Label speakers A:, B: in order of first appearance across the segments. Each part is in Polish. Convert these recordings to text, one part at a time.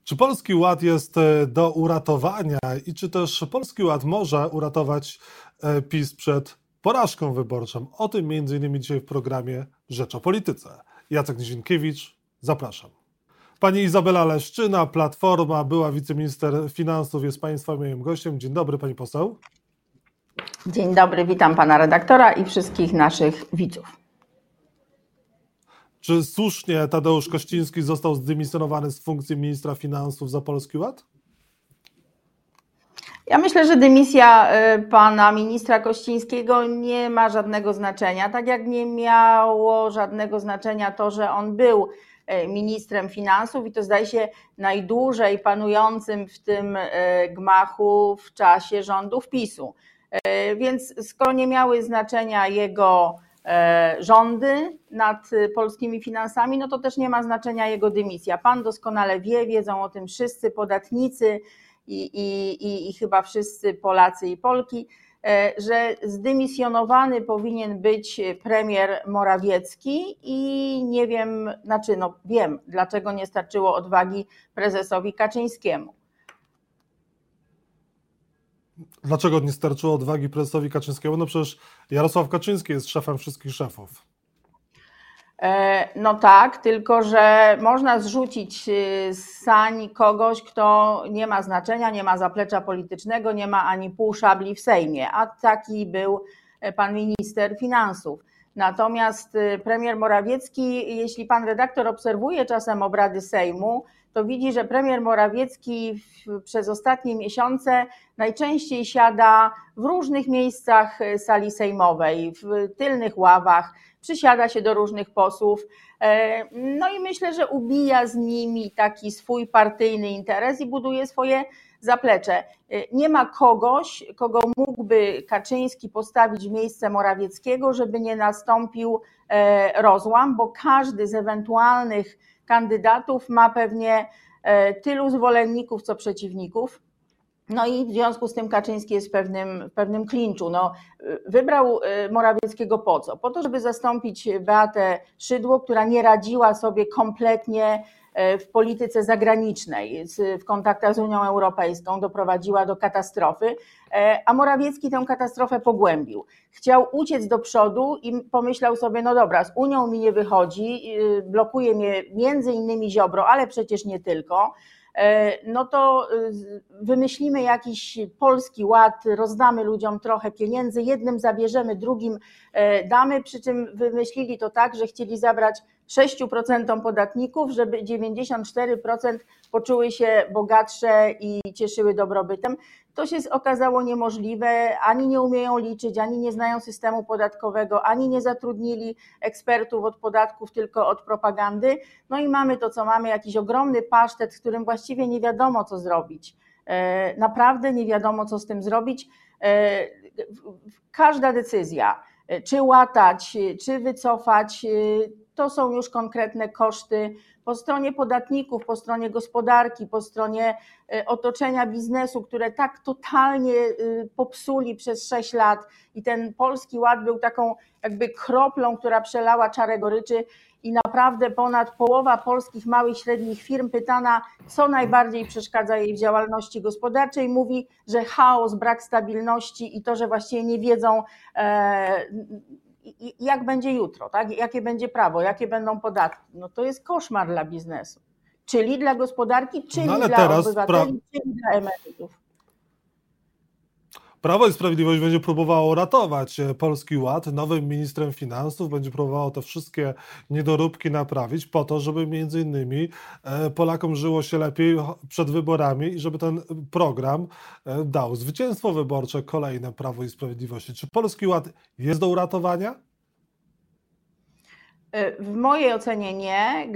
A: Czy Polski Ład jest do uratowania i czy też Polski Ład może uratować PiS przed porażką wyborczą? O tym m.in. dzisiaj w programie Rzecz o Polityce. Jacek Nizinkiewicz, zapraszam. Pani Izabela Leszczyna, Platforma, była wiceminister finansów, jest Państwa moim gościem. Dzień dobry, pani poseł.
B: Dzień dobry, witam pana redaktora i wszystkich naszych widzów.
A: Czy słusznie Tadeusz Kościński został zdymisjonowany z funkcji ministra finansów za Polski Ład?
B: Ja myślę, że dymisja pana ministra Kościńskiego nie ma żadnego znaczenia, tak jak nie miało żadnego znaczenia to, że on był ministrem finansów i to zdaje się najdłużej panującym w tym gmachu w czasie rządów PiS-u. Więc skoro nie miały znaczenia jego rządy nad polskimi finansami, no to też nie ma znaczenia jego dymisja. Pan doskonale wie, wiedzą o tym wszyscy podatnicy i chyba wszyscy Polacy i Polki, że zdymisjonowany powinien być premier Morawiecki i nie wiem, wiem, dlaczego nie starczyło odwagi prezesowi Kaczyńskiemu.
A: Dlaczego nie starczyło odwagi prezesowi Kaczyńskiemu? No przecież Jarosław Kaczyński jest szefem wszystkich szefów.
B: No tak, tylko że można zrzucić z sań kogoś, kto nie ma znaczenia, nie ma zaplecza politycznego, nie ma ani pół szabli w Sejmie, a taki był pan minister finansów. Natomiast premier Morawiecki, jeśli pan redaktor obserwuje czasem obrady Sejmu, to widzi, że premier Morawiecki przez ostatnie miesiące najczęściej siada w różnych miejscach sali sejmowej, w tylnych ławach, przysiada się do różnych posłów, no i myślę, że ubija z nimi taki swój partyjny interes i buduje swoje zaplecze. Nie ma kogoś, kogo mógłby Kaczyński postawić w miejsce Morawieckiego, żeby nie nastąpił rozłam, bo każdy z ewentualnych kandydatów ma pewnie tylu zwolenników, co przeciwników. No i w związku z tym Kaczyński jest w pewnym klinczu. No, wybrał Morawieckiego po co? Po to, żeby zastąpić Beatę Szydło, która nie radziła sobie kompletnie w polityce zagranicznej, w kontaktach z Unią Europejską, doprowadziła do katastrofy, a Morawiecki tę katastrofę pogłębił. Chciał uciec do przodu i pomyślał sobie, no dobra, z Unią mi nie wychodzi, blokuje mnie między innymi Ziobro, ale przecież nie tylko. No to wymyślimy jakiś Polski Ład, rozdamy ludziom trochę pieniędzy, jednym zabierzemy, drugim damy, przy czym wymyślili to tak, że chcieli zabrać 6% podatników, żeby 94% poczuły się bogatsze i cieszyły dobrobytem. To się okazało niemożliwe, ani nie umieją liczyć, ani nie znają systemu podatkowego, ani nie zatrudnili ekspertów od podatków, tylko od propagandy. No i mamy to, co mamy, jakiś ogromny pasztet, z którym właściwie nie wiadomo, co zrobić. Naprawdę nie wiadomo, co z tym zrobić. Każda decyzja, czy łatać, czy wycofać, to są już konkretne koszty po stronie podatników, po stronie gospodarki, po stronie otoczenia biznesu, które tak totalnie popsuli przez 6 lat i ten Polski Ład był taką jakby kroplą, która przelała czarę goryczy i naprawdę ponad połowa polskich małych i średnich firm pytana, co najbardziej przeszkadza jej w działalności gospodarczej, mówi, że chaos, brak stabilności i to, że właściwie nie wiedzą, jak będzie jutro, tak? Jakie będzie prawo, jakie będą podatki. No to jest koszmar dla biznesu, czyli dla gospodarki, czyli dla obywateli, czyli dla emerytów.
A: Prawo i Sprawiedliwość będzie próbowało ratować Polski Ład. Nowym ministrem finansów będzie próbowało te wszystkie niedoróbki naprawić po to, żeby między innymi Polakom żyło się lepiej przed wyborami i żeby ten program dał zwycięstwo wyborcze kolejne Prawo i Sprawiedliwości. Czy Polski Ład jest do uratowania?
B: W mojej ocenie nie.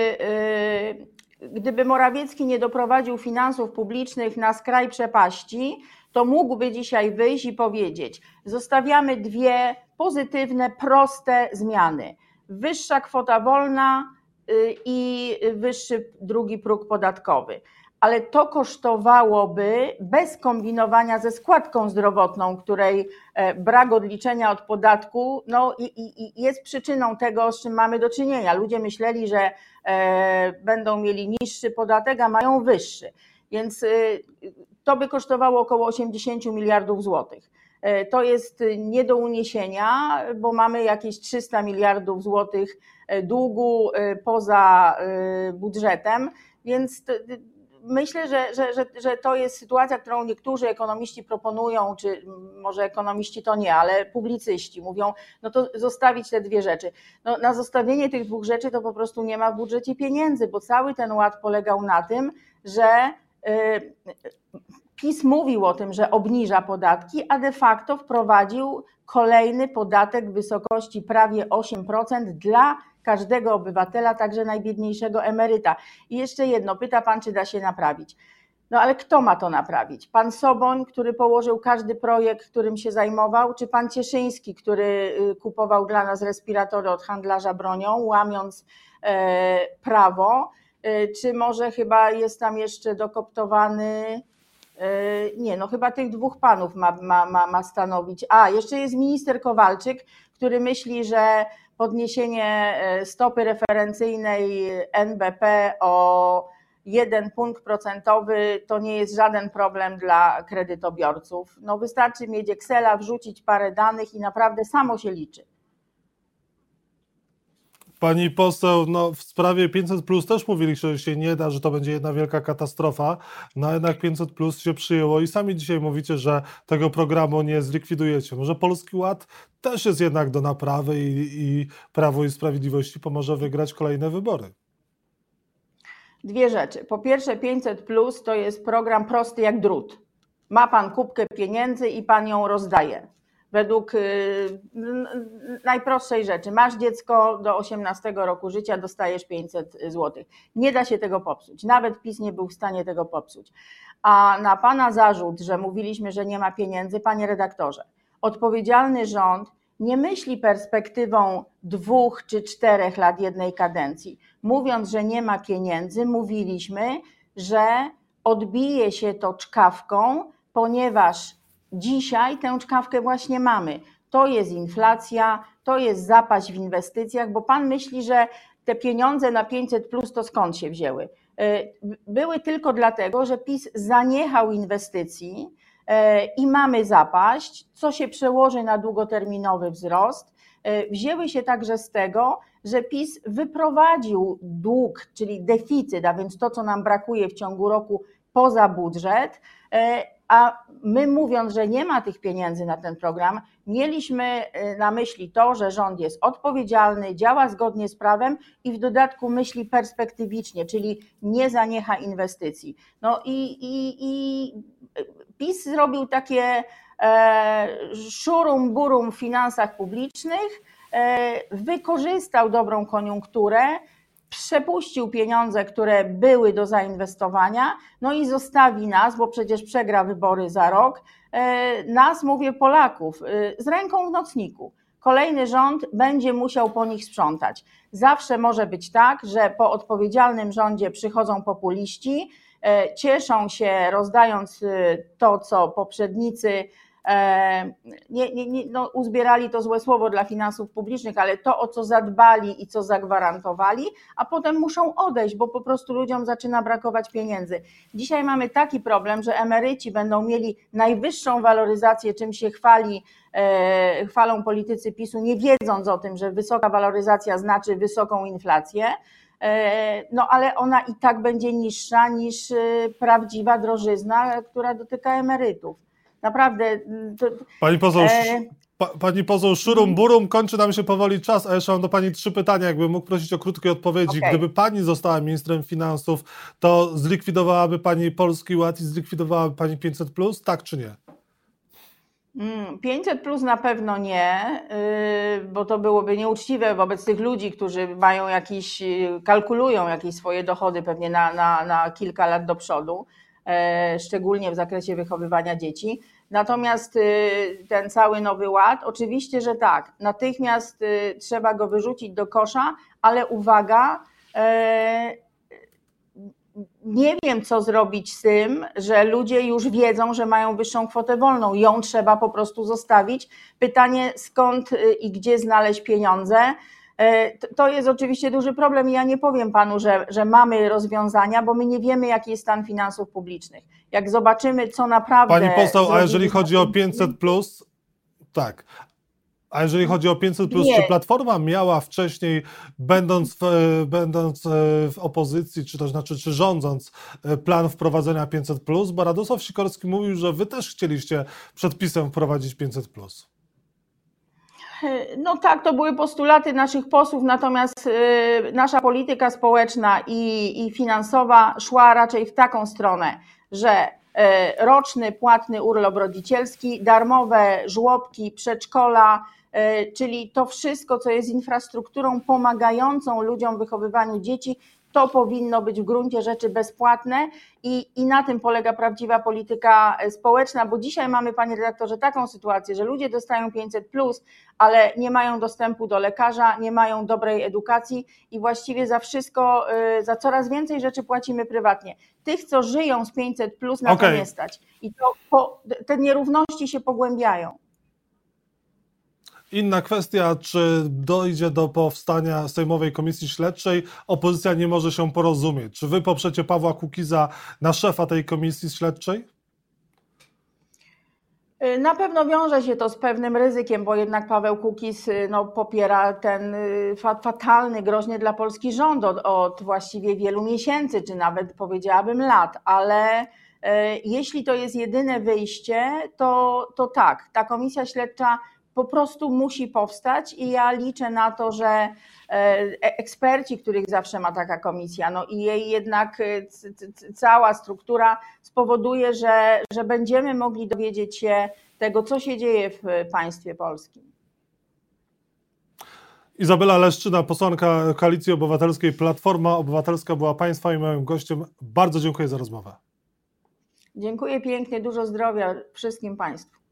B: Gdyby Morawiecki nie doprowadził finansów publicznych na skraj przepaści, to mógłby dzisiaj wyjść i powiedzieć: zostawiamy 2 pozytywne, proste zmiany. Wyższa kwota wolna i wyższy drugi próg podatkowy. Ale to kosztowałoby bez kombinowania ze składką zdrowotną, której brak odliczenia od podatku jest przyczyną tego, z czym mamy do czynienia. Ludzie myśleli, że będą mieli niższy podatek, a mają wyższy. Więc to by kosztowało około 80 miliardów złotych. To jest nie do uniesienia, bo mamy jakieś 300 miliardów złotych długu poza budżetem, więc myślę, że to jest sytuacja, którą niektórzy ekonomiści proponują, czy może ekonomiści to nie, ale publicyści mówią, no to zostawić te dwie rzeczy. No, na zostawienie tych dwóch rzeczy to po prostu nie ma w budżecie pieniędzy, bo cały ten ład polegał na tym, że PiS mówił o tym, że obniża podatki, a de facto wprowadził kolejny podatek w wysokości prawie 8% dla każdego obywatela, także najbiedniejszego emeryta. I jeszcze jedno, pyta pan, czy da się naprawić. No ale kto ma to naprawić? Pan Soboń, który położył każdy projekt, którym się zajmował, czy pan Cieszyński, który kupował dla nas respiratory od handlarza bronią, łamiąc prawo, czy może chyba jest tam jeszcze dokoptowany... Nie, no chyba tych dwóch panów ma stanowić. A, jeszcze jest minister Kowalczyk, który myśli, że podniesienie stopy referencyjnej NBP o 1 punkt procentowy to nie jest żaden problem dla kredytobiorców. No wystarczy mieć Excela, wrzucić parę danych i naprawdę samo się liczy.
A: Pani poseł, no w sprawie 500+ też mówiliście, że się nie da, że to będzie jedna wielka katastrofa, no jednak 500+ się przyjęło i sami dzisiaj mówicie, że tego programu nie zlikwidujecie. Może Polski Ład też jest jednak do naprawy i Prawo i Sprawiedliwości pomoże wygrać kolejne wybory.
B: Dwie rzeczy. Po pierwsze 500+ to jest program prosty jak drut. Ma pan kubkę pieniędzy i pan ją rozdaje. Według najprostszej rzeczy. Masz dziecko do 18 roku życia, dostajesz 500 zł. Nie da się tego popsuć. Nawet PiS nie był w stanie tego popsuć. A na pana zarzut, że mówiliśmy, że nie ma pieniędzy, panie redaktorze, odpowiedzialny rząd nie myśli perspektywą 2 czy 4 lat jednej kadencji. Mówiąc, że nie ma pieniędzy, mówiliśmy, że odbije się to czkawką, ponieważ dzisiaj tę czkawkę właśnie mamy. To jest inflacja, to jest zapaść w inwestycjach, bo pan myśli, że te pieniądze na 500+ to skąd się wzięły? Były tylko dlatego, że PiS zaniechał inwestycji i mamy zapaść, co się przełoży na długoterminowy wzrost. Wzięły się także z tego, że PiS wyprowadził dług, czyli deficyt, a więc to, co nam brakuje w ciągu roku poza budżet, a my mówiąc, że nie ma tych pieniędzy na ten program, mieliśmy na myśli to, że rząd jest odpowiedzialny, działa zgodnie z prawem i w dodatku myśli perspektywicznie, czyli nie zaniecha inwestycji. No i PiS zrobił takie szurum burum w finansach publicznych, wykorzystał dobrą koniunkturę, przepuścił pieniądze, które były do zainwestowania, no i zostawi nas, bo przecież przegra wybory za rok, nas, mówię Polaków, z ręką w nocniku. Kolejny rząd będzie musiał po nich sprzątać. Zawsze może być tak, że po odpowiedzialnym rządzie przychodzą populiści, cieszą się rozdając to, co poprzednicy uzbierali, to złe słowo dla finansów publicznych, ale to, o co zadbali i co zagwarantowali, a potem muszą odejść, bo po prostu ludziom zaczyna brakować pieniędzy. Dzisiaj mamy taki problem, że emeryci będą mieli najwyższą waloryzację, czym się chwalą politycy PiS-u, nie wiedząc o tym, że wysoka waloryzacja znaczy wysoką inflację, no ale ona i tak będzie niższa niż prawdziwa drożyzna, która dotyka emerytów. Naprawdę.
A: Pani poseł, szurum burum, kończy nam się powoli czas, a jeszcze mam do pani 3 pytania, jakbym mógł prosić o krótkie odpowiedzi. Okay. Gdyby pani została ministrem finansów, to zlikwidowałaby pani Polski Ład i zlikwidowałaby pani 500+, tak czy nie?
B: 500+ na pewno nie, bo to byłoby nieuczciwe wobec tych ludzi, którzy mają kalkulują jakieś swoje dochody pewnie na kilka lat do przodu, szczególnie w zakresie wychowywania dzieci. Natomiast ten cały Nowy Ład, oczywiście, że tak, natychmiast trzeba go wyrzucić do kosza, ale uwaga, Nie wiem, co zrobić z tym, że ludzie już wiedzą, że mają wyższą kwotę wolną. Ją trzeba po prostu zostawić. Pytanie, skąd i gdzie znaleźć pieniądze. To jest oczywiście duży problem i ja nie powiem panu, że mamy rozwiązania, bo my nie wiemy, jaki jest stan finansów publicznych. Jak zobaczymy, co naprawdę...
A: Pani poseł, a jeżeli chodzi o 500+, tak. A jeżeli chodzi o 500+, czy Platforma miała wcześniej, będąc w opozycji, czy rządząc, plan wprowadzenia 500+? Bo Radosław Sikorski mówił, że wy też chcieliście przed PiS-em wprowadzić 500+.
B: No tak, to były postulaty naszych posłów, natomiast nasza polityka społeczna i finansowa szła raczej w taką stronę, że roczny płatny urlop rodzicielski, darmowe żłobki, przedszkola, czyli to wszystko, co jest infrastrukturą pomagającą ludziom w wychowywaniu dzieci, to powinno być w gruncie rzeczy bezpłatne i na tym polega prawdziwa polityka społeczna, bo dzisiaj mamy, panie redaktorze, taką sytuację, że ludzie dostają 500+, ale nie mają dostępu do lekarza, nie mają dobrej edukacji i właściwie za wszystko, za coraz więcej rzeczy płacimy prywatnie. Tych, co żyją z 500+, na to nie stać. I te nierówności się pogłębiają.
A: Inna kwestia, czy dojdzie do powstania Sejmowej Komisji Śledczej, opozycja nie może się porozumieć. Czy wy poprzecie Pawła Kukiza na szefa tej Komisji Śledczej?
B: Na pewno wiąże się to z pewnym ryzykiem, bo jednak Paweł Kukiz popiera ten fatalny, groźny dla Polski rząd od właściwie wielu miesięcy, czy nawet powiedziałabym lat, ale jeśli to jest jedyne wyjście, to tak, ta komisja śledcza po prostu musi powstać i ja liczę na to, że eksperci, których zawsze ma taka komisja, i jej jednak cała struktura spowoduje, że będziemy mogli dowiedzieć się tego, co się dzieje w państwie polskim.
A: Izabela Leszczyna, posłanka Koalicji Obywatelskiej, Platforma Obywatelska była państwa i moim gościem. Bardzo dziękuję za rozmowę.
B: Dziękuję pięknie, dużo zdrowia wszystkim państwu.